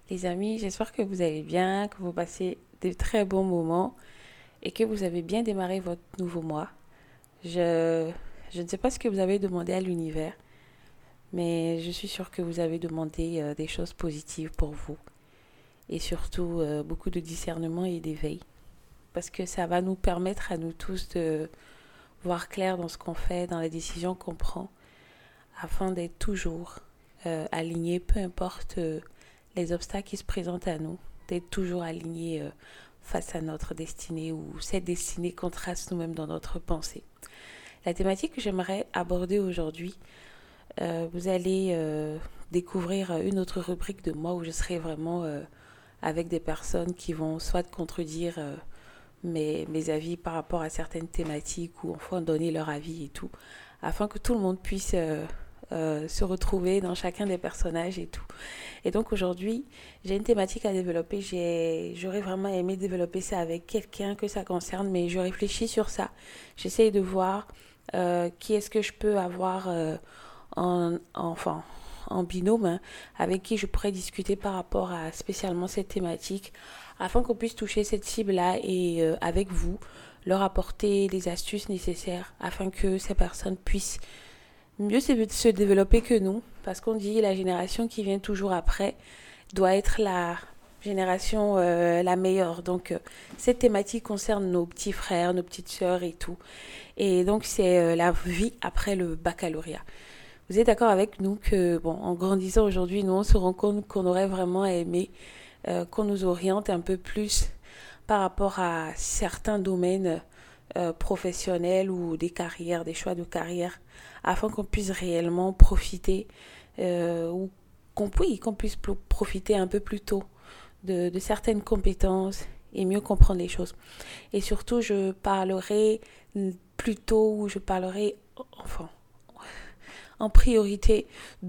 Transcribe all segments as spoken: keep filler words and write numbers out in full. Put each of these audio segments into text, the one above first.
Les amis, j'espère que vous allez bien, que vous passez de très bons moments et que vous avez bien démarré votre nouveau mois. Je, je ne sais pas ce que vous avez demandé à l'univers, mais je suis sûre que vous avez demandé euh, des choses positives pour vous et surtout euh, beaucoup de discernement et d'éveil parce que ça va nous permettre à nous tous de voir clair dans ce qu'on fait, dans les décisions qu'on prend afin d'être toujours euh, alignés, peu importe euh, les obstacles qui se présentent à nous, d'être toujours alignés euh, face à notre destinée ou cette destinée qu'on trace nous-mêmes dans notre pensée. La thématique que j'aimerais aborder aujourd'hui, euh, vous allez euh, découvrir une autre rubrique de moi où je serai vraiment euh, avec des personnes qui vont soit contredire euh, mes, mes avis par rapport à certaines thématiques ou enfin donner leur avis et tout, afin que tout le monde puisse euh, euh, se retrouver dans chacun des personnages et tout. Et donc aujourd'hui, j'ai une thématique à développer. J'ai, j'aurais vraiment aimé développer ça avec quelqu'un que ça concerne, mais je réfléchis sur ça. J'essaye de voir euh, qui est-ce que je peux avoir euh, en, enfin, en binôme, hein, avec qui je pourrais discuter par rapport à spécialement cette thématique, afin qu'on puisse toucher cette cible-là et euh, avec vous, leur apporter les astuces nécessaires afin que ces personnes puissent mieux se développer que nous, parce qu'on dit la génération qui vient toujours après doit être la génération euh, la meilleure. Donc euh, cette thématique concerne nos petits frères, nos petites sœurs et tout. Et donc c'est euh, la vie après le baccalauréat. Vous êtes d'accord avec nous que, bon, en grandissant aujourd'hui, nous on se rend compte qu'on aurait vraiment aimé euh, qu'on nous oriente un peu plus par rapport à certains domaines euh, professionnels ou des carrières, des choix de carrière, afin qu'on puisse réellement profiter euh, ou qu'on oui, qu'on puisse profiter un peu plus tôt de, de certaines compétences et mieux comprendre les choses. Et surtout, je parlerai plutôt ou je parlerai enfin en priorité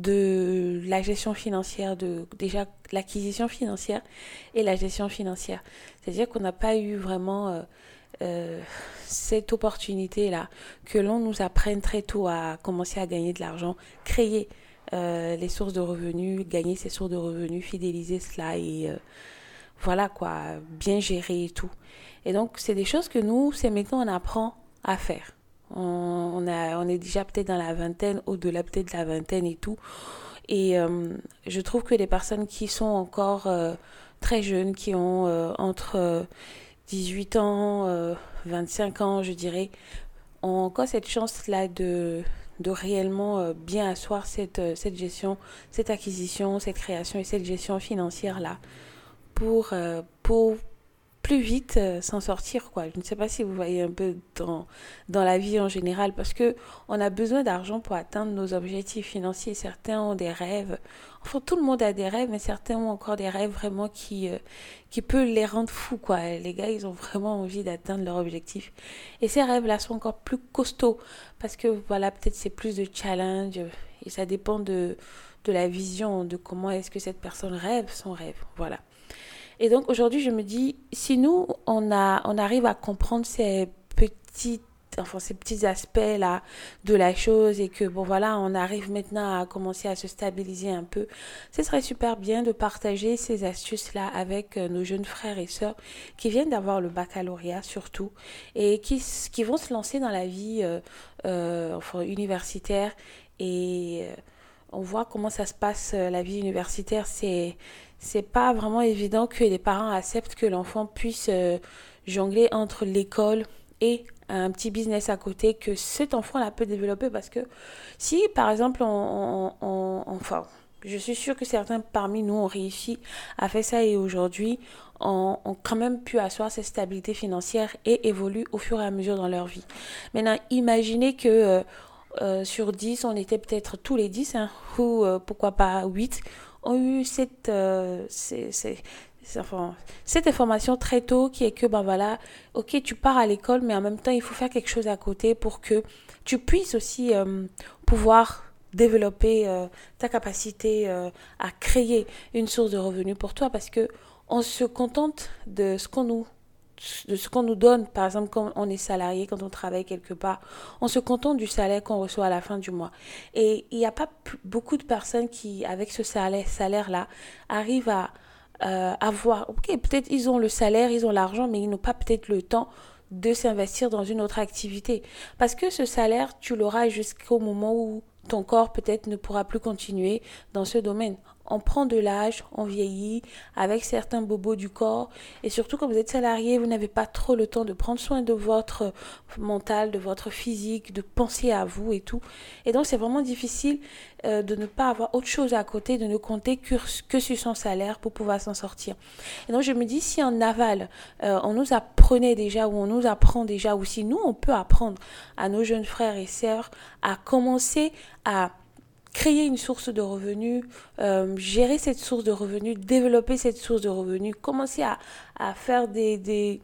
de la gestion financière, de déjà l'acquisition financière et la gestion financière. C'est-à-dire qu'on n'a pas eu vraiment euh, euh, cette opportunité-là, que l'on nous apprenne très tôt à commencer à gagner de l'argent, créer euh, les sources de revenus, gagner ces sources de revenus, fidéliser cela et euh, voilà quoi, bien gérer et tout. Et donc, c'est des choses que nous, c'est maintenant on apprend à faire. On, on, a, on est déjà peut-être dans la vingtaine, au-delà peut-être de la vingtaine et tout. Et euh, je trouve que les personnes qui sont encore euh, très jeunes, qui ont euh, entre euh, dix-huit ans, euh, vingt-cinq ans, je dirais, ont encore cette chance-là de, de réellement euh, bien asseoir cette, euh, cette gestion, cette acquisition, cette création et cette gestion financière-là pour, euh, pour plus vite euh, s'en sortir quoi. Je ne sais pas si vous voyez un peu dans, dans la vie en général parce que on a besoin d'argent pour atteindre nos objectifs financiers. Certains ont des rêves. Enfin, tout le monde a des rêves, mais certains ont encore des rêves vraiment qui, euh, qui peuvent les rendre fous quoi. Les gars, ils ont vraiment envie d'atteindre leur objectif. Et ces rêves-là sont encore plus costauds parce que voilà, peut-être c'est plus de challenge et ça dépend de, de la vision, de comment est-ce que cette personne rêve son rêve. Voilà. Et donc aujourd'hui, je me dis, si nous, on, a, on arrive à comprendre ces petits, enfin, ces petits aspects-là de la chose et que, bon voilà, on arrive maintenant à commencer à se stabiliser un peu, ce serait super bien de partager ces astuces-là avec euh, nos jeunes frères et sœurs qui viennent d'avoir le baccalauréat surtout et qui, qui vont se lancer dans la vie euh, euh, enfin, universitaire et... Euh, on voit comment ça se passe euh, la vie universitaire. C'est c'est pas vraiment évident que les parents acceptent que l'enfant puisse euh, jongler entre l'école et un petit business à côté que cet enfant-là peut développer parce que si par exemple on, on, on enfin je suis sûre que certains parmi nous ont réussi à faire ça et aujourd'hui ont, ont quand même pu asseoir cette stabilité financière et évoluent au fur et à mesure dans leur vie. Maintenant, imaginez que euh, euh, sur dix, on était peut-être tous les dix, hein, ou euh, pourquoi pas huit, ont eu cette, euh, c'est, c'est, c'est, enfin, cette information très tôt qui est que, ben voilà, ok, tu pars à l'école, mais en même temps, il faut faire quelque chose à côté pour que tu puisses aussi euh, pouvoir développer euh, ta capacité euh, à créer une source de revenus pour toi parce que on se contente de ce qu'on nous de ce qu'on nous donne, par exemple quand on est salarié, quand on travaille quelque part, on se contente du salaire qu'on reçoit à la fin du mois. Et il n'y a pas p- beaucoup de personnes qui, avec ce salaire, salaire-là, arrivent à, euh, avoir, ok, peut-être ils ont le salaire, ils ont l'argent, mais ils n'ont pas peut-être le temps de s'investir dans une autre activité. Parce que ce salaire, tu l'auras jusqu'au moment où ton corps peut-être ne pourra plus continuer dans ce domaine. On prend de l'âge, on vieillit avec certains bobos du corps et surtout quand vous êtes salarié, vous n'avez pas trop le temps de prendre soin de votre mental, de votre physique, de penser à vous et tout. Et donc c'est vraiment difficile euh, de ne pas avoir autre chose à côté, de ne compter que, que sur son salaire pour pouvoir s'en sortir. Et donc je me dis si en aval, euh, on nous apprenait déjà ou on nous apprend déjà ou si nous on peut apprendre à nos jeunes frères et sœurs à commencer à créer une source de revenus, euh, gérer cette source de revenus, développer cette source de revenus, commencer à, à faire des... des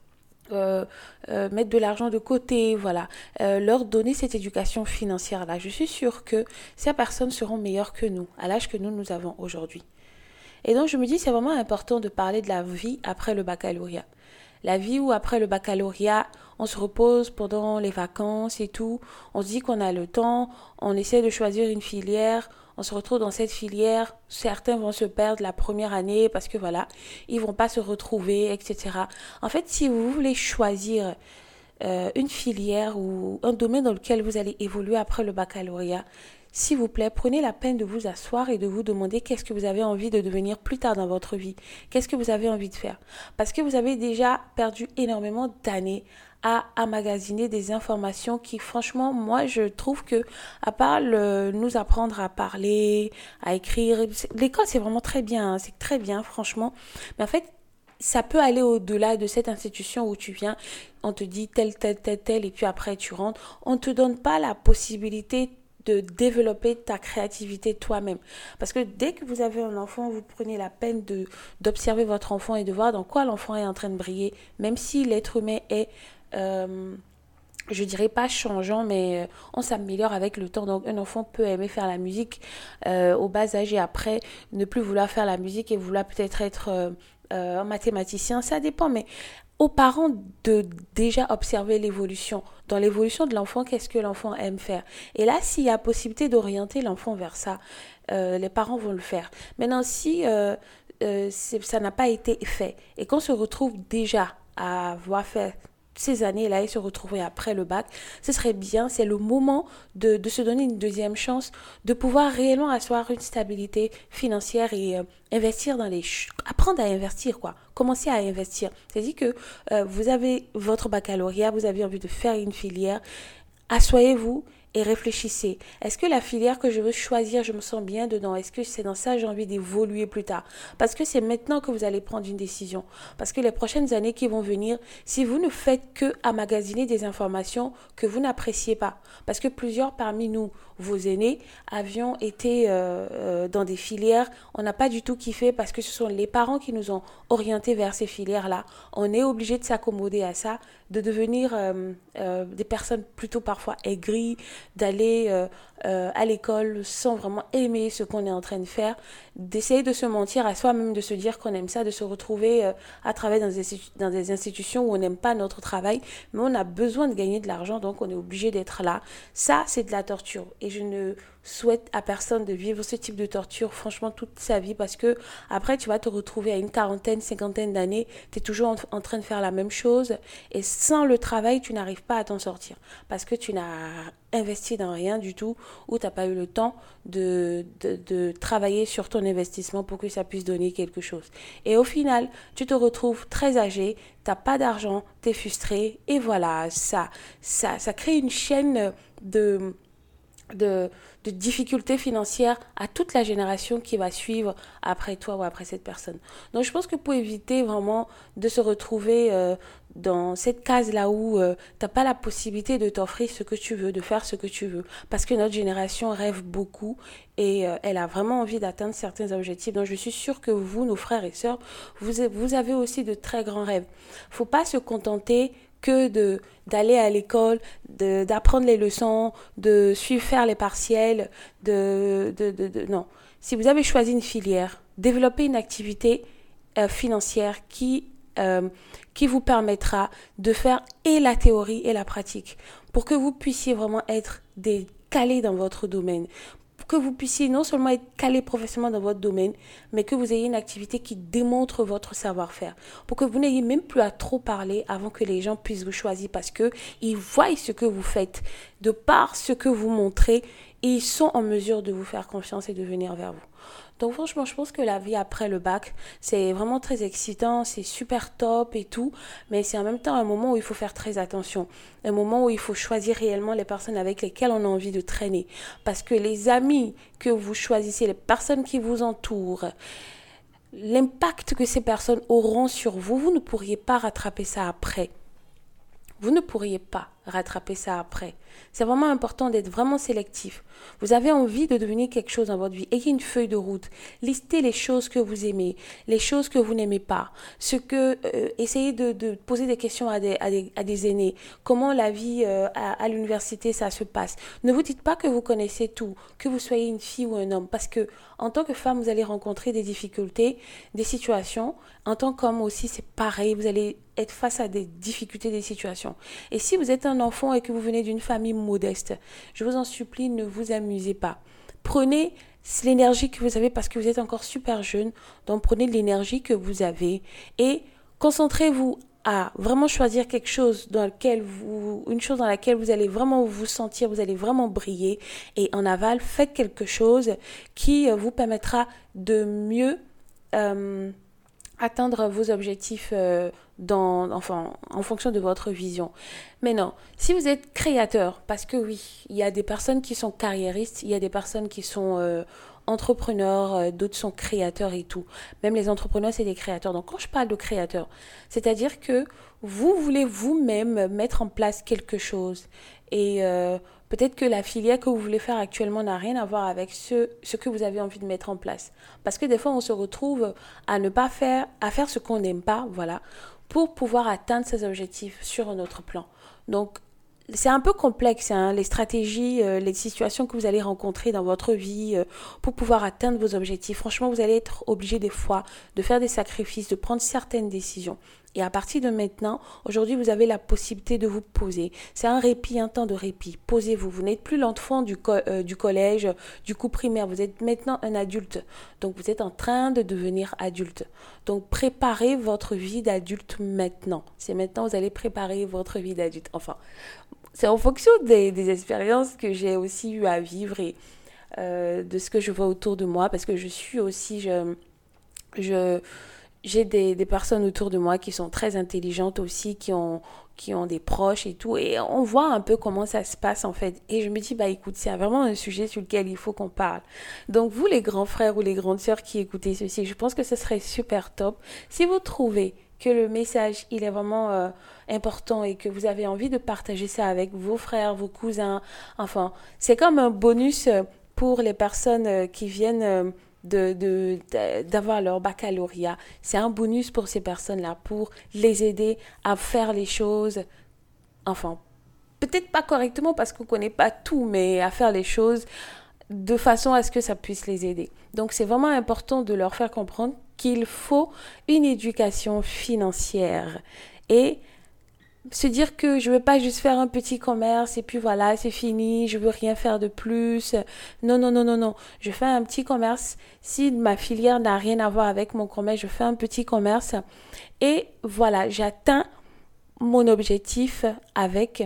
euh, euh, mettre de l'argent de côté, voilà, euh, leur donner cette éducation financière-là. Je suis sûre que ces personnes seront meilleures que nous, à l'âge que nous, nous avons aujourd'hui. Et donc, je me dis, c'est vraiment important de parler de la vie après le baccalauréat. La vie où après le baccalauréat, on se repose pendant les vacances et tout, on se dit qu'on a le temps, on essaie de choisir une filière, on se retrouve dans cette filière, certains vont se perdre la première année parce que voilà, ils vont pas se retrouver, et cetera. En fait, si vous voulez choisir euh, une filière ou un domaine dans lequel vous allez évoluer après le baccalauréat, s'il vous plaît, prenez la peine de vous asseoir et de vous demander qu'est-ce que vous avez envie de devenir plus tard dans votre vie. Qu'est-ce que vous avez envie de faire? Parce que vous avez déjà perdu énormément d'années à emmagasiner des informations qui, franchement, moi, je trouve que, à part le, nous apprendre à parler, à écrire, l'école, c'est vraiment très bien, hein, c'est très bien, franchement. Mais en fait, ça peut aller au-delà de cette institution où tu viens, on te dit tel, tel, tel, tel, et puis après tu rentres. On ne te donne pas la possibilité de développer ta créativité toi-même. Parce que dès que vous avez un enfant, vous prenez la peine de, d'observer votre enfant et de voir dans quoi l'enfant est en train de briller, même si l'être humain est... Euh, je dirais pas changeant, mais on s'améliore avec le temps. Donc un enfant peut aimer faire la musique euh, au bas âge et après ne plus vouloir faire la musique et vouloir peut-être être euh, euh, un mathématicien. Ça dépend, mais aux parents de déjà observer l'évolution. Dans l'évolution de l'enfant, qu'est-ce que l'enfant aime faire? Et là, s'il y a possibilité d'orienter l'enfant vers ça, euh, les parents vont le faire. Maintenant, si euh, euh, ça n'a pas été fait et qu'on se retrouve déjà à avoir fait ces années-là et se retrouver après le bac, ce serait bien, c'est le moment de, de se donner une deuxième chance, de pouvoir réellement asseoir une stabilité financière et euh, investir dans les... Ch- apprendre à investir, quoi. Commencer à investir. C'est-à-dire que euh, vous avez votre baccalauréat, vous avez envie de faire une filière, asseyez-vous et réfléchissez. Est-ce que la filière que je veux choisir, je me sens bien dedans? Est-ce que c'est dans ça que j'ai envie d'évoluer plus tard? Parce que c'est maintenant que vous allez prendre une décision. Parce que les prochaines années qui vont venir, si vous ne faites que emmagasiner des informations que vous n'appréciez pas, parce que plusieurs parmi nous, vos aînés, avions été euh, euh, dans des filières, on n'a pas du tout kiffé parce que ce sont les parents qui nous ont orientés vers ces filières-là. On est obligé de s'accommoder à ça, de devenir euh, euh, des personnes plutôt parfois aigries, d'aller euh, euh, à l'école sans vraiment aimer ce qu'on est en train de faire, d'essayer de se mentir à soi-même, de se dire qu'on aime ça, de se retrouver euh, à travailler dans des, dans des institutions où on n'aime pas notre travail, mais on a besoin de gagner de l'argent, donc on est obligé d'être là. Ça, c'est de la torture. Et je ne souhaite à personne de vivre ce type de torture, franchement, toute sa vie, parce que après, tu vas te retrouver à une quarantaine, cinquantaine d'années, tu es toujours en, en train de faire la même chose, et sans le travail, tu n'arrives pas à t'en sortir, parce que tu n'as investi dans rien du tout, ou tu n'as pas eu le temps de, de, de travailler sur ton investissement pour que ça puisse donner quelque chose. Et au final, tu te retrouves très âgé, tu n'as pas d'argent, tu es frustré, et voilà, ça, ça, ça crée une chaîne de... De, de difficultés financières à toute la génération qui va suivre après toi ou après cette personne. Donc je pense que pour éviter vraiment de se retrouver euh, dans cette case-là où euh, tu n'as pas la possibilité de t'offrir ce que tu veux, de faire ce que tu veux, parce que notre génération rêve beaucoup et euh, elle a vraiment envie d'atteindre certains objectifs. Donc je suis sûre que vous, nos frères et sœurs, vous, vous avez aussi de très grands rêves. Il ne faut pas se contenter que de d'aller à l'école, de, d'apprendre les leçons, de suivre faire les partiels, de, de, de, de non. Si vous avez choisi une filière, développez une activité euh, financière qui euh, qui vous permettra de faire et la théorie et la pratique pour que vous puissiez vraiment être des calés dans votre domaine. que vous puissiez non seulement être calé professionnellement dans votre domaine, mais que vous ayez une activité qui démontre votre savoir-faire. Pour que vous n'ayez même plus à trop parler avant que les gens puissent vous choisir parce qu'ils voient ce que vous faites. De par ce que vous montrez, ils sont en mesure de vous faire confiance et de venir vers vous. Donc franchement, je pense que la vie après le bac, c'est vraiment très excitant, c'est super top et tout, mais c'est en même temps un moment où il faut faire très attention, un moment où il faut choisir réellement les personnes avec lesquelles on a envie de traîner. Parce que les amis que vous choisissez, les personnes qui vous entourent, l'impact que ces personnes auront sur vous, vous ne pourriez pas rattraper ça après. Vous ne pourriez pas rattraper ça après. C'est vraiment important d'être vraiment sélectif. Vous avez envie de devenir quelque chose dans votre vie. Ayez une feuille de route. Listez les choses que vous aimez, les choses que vous n'aimez pas. Ce que, euh, essayez de, de poser des questions à des, à des, à des aînés. Comment la vie euh, à, à l'université, ça se passe. Ne vous dites pas que vous connaissez tout, que vous soyez une fille ou un homme. Parce que en tant que femme, vous allez rencontrer des difficultés, des situations. En tant qu'homme aussi, c'est pareil. Vous allez être face à des difficultés, des situations. Et si vous êtes un enfant et que vous venez d'une famille modeste, je vous en supplie, ne vous amusez pas. Prenez l'énergie que vous avez parce que vous êtes encore super jeune, donc prenez l'énergie que vous avez et concentrez-vous à vraiment choisir quelque chose dans lequel vous, une chose dans laquelle vous allez vraiment vous sentir, vous allez vraiment briller et en aval, faites quelque chose qui vous permettra de mieux euh, atteindre vos objectifs euh, dans, enfin, en fonction de votre vision. Mais non, si vous êtes créateur, parce que oui, il y a des personnes qui sont carriéristes, il y a des personnes qui sont euh, entrepreneurs, euh, d'autres sont créateurs et tout. Même les entrepreneurs, c'est des créateurs. Donc quand je parle de créateurs, c'est-à-dire que vous voulez vous-même mettre en place quelque chose et euh, peut-être que la filière que vous voulez faire actuellement n'a rien à voir avec ce, ce que vous avez envie de mettre en place. Parce que des fois, on se retrouve à ne pas faire, à faire ce qu'on n'aime pas, voilà, pour pouvoir atteindre ses objectifs sur un autre plan. Donc, c'est un peu complexe, hein, les stratégies, euh, les situations que vous allez rencontrer dans votre vie euh, pour pouvoir atteindre vos objectifs. Franchement, vous allez être obligé des fois de faire des sacrifices, de prendre certaines décisions. Et à partir de maintenant, aujourd'hui, vous avez la possibilité de vous poser. C'est un répit, un temps de répit. Posez-vous. Vous n'êtes plus l'enfant du, co- euh, du collège, du coup primaire. Vous êtes maintenant un adulte. Donc, vous êtes en train de devenir adulte. Donc, préparez votre vie d'adulte maintenant. C'est maintenant que vous allez préparer votre vie d'adulte. Enfin, c'est en fonction des, des expériences que j'ai aussi eu à vivre et euh, de ce que je vois autour de moi. Parce que je suis aussi... je, je J'ai des, des personnes autour de moi qui sont très intelligentes aussi, qui ont, qui ont des proches et tout. Et on voit un peu comment ça se passe en fait. Et je me dis, bah écoute, c'est vraiment un sujet sur lequel il faut qu'on parle. Donc vous les grands frères ou les grandes sœurs qui écoutez ceci, je pense que ce serait super top. Si vous trouvez que le message, il est vraiment euh, important et que vous avez envie de partager ça avec vos frères, vos cousins, enfin, c'est comme un bonus pour les personnes euh, qui viennent... Euh, De, de, de, d'avoir leur baccalauréat. C'est un bonus pour ces personnes-là, pour les aider à faire les choses, enfin, peut-être pas correctement parce qu'on ne connaît pas tout, mais à faire les choses de façon à ce que ça puisse les aider. Donc, c'est vraiment important de leur faire comprendre qu'il faut une éducation financière et se dire que je ne veux pas juste faire un petit commerce et puis voilà, c'est fini, je veux rien faire de plus. Non, non, non, non, non. Je fais un petit commerce. Si ma filière n'a rien à voir avec mon commerce, je fais un petit commerce. Et voilà, j'atteins mon objectif avec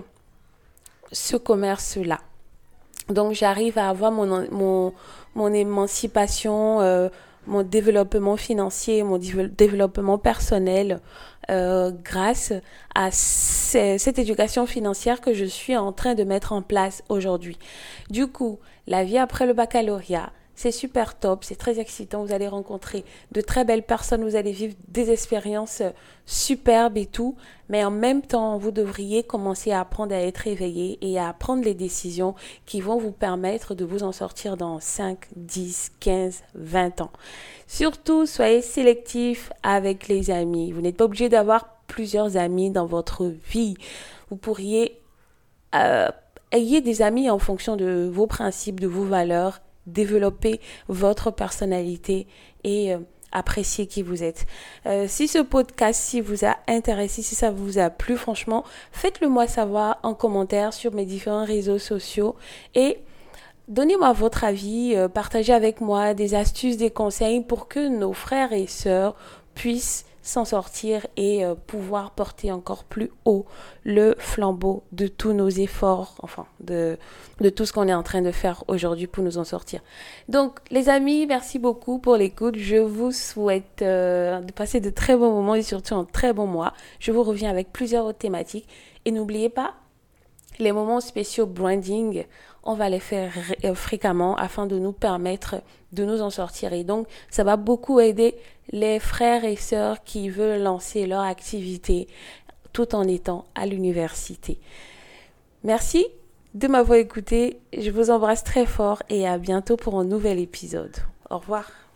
ce commerce-là. Donc, j'arrive à avoir mon, mon, mon émancipation, euh, mon développement financier, mon développement personnel euh, grâce à c- cette éducation financière que je suis en train de mettre en place aujourd'hui. Du coup, la vie après le baccalauréat, c'est super top, c'est très excitant, vous allez rencontrer de très belles personnes, vous allez vivre des expériences superbes et tout, mais en même temps, vous devriez commencer à apprendre à être éveillé et à prendre les décisions qui vont vous permettre de vous en sortir dans cinq, dix, quinze, vingt ans. Surtout, soyez sélectif avec les amis. Vous n'êtes pas obligé d'avoir plusieurs amis dans votre vie. Vous pourriez euh, ayez des amis en fonction de vos principes, de vos valeurs, développer votre personnalité et euh, apprécier qui vous êtes. Euh, si ce podcast si vous a intéressé, si ça vous a plu, franchement, faites-le moi savoir en commentaire sur mes différents réseaux sociaux et Donnez-moi votre avis, euh, partagez avec moi des astuces, des conseils pour que nos frères et sœurs puissent s'en sortir et euh, pouvoir porter encore plus haut le flambeau de tous nos efforts, enfin de, de tout ce qu'on est en train de faire aujourd'hui pour nous en sortir. Donc les amis, merci beaucoup pour l'écoute. Je vous souhaite euh, de passer de très bons moments et surtout un très bon mois. Je vous reviens avec plusieurs autres thématiques et n'oubliez pas, les moments spéciaux branding, on va les faire fréquemment afin de nous permettre de nous en sortir. Et donc, ça va beaucoup aider les frères et sœurs qui veulent lancer leur activité tout en étant à l'université. Merci de m'avoir écouté. Je vous embrasse très fort et à bientôt pour un nouvel épisode. Au revoir.